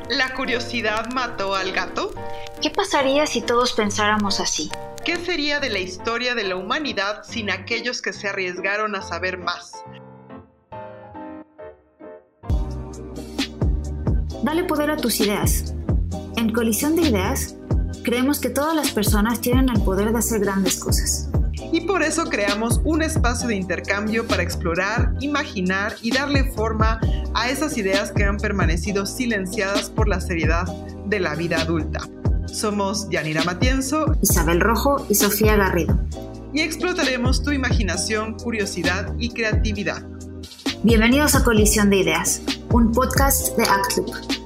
¿La curiosidad mató al gato? ¿Qué pasaría si todos pensáramos así? ¿Qué sería de la historia de la humanidad sin aquellos que se arriesgaron a saber más? Dale poder a tus ideas. En Colisión de Ideas, creemos que todas las personas tienen el poder de hacer grandes cosas. Y por eso creamos un espacio de intercambio para explorar, imaginar y darle forma a esas ideas que han permanecido silenciadas por la seriedad de la vida adulta. Somos Yanira Matienzo, Isabel Rojo y Sofía Garrido. Y explotaremos tu imaginación, curiosidad y creatividad. Bienvenidos a Colisión de Ideas, un podcast de ActLoop.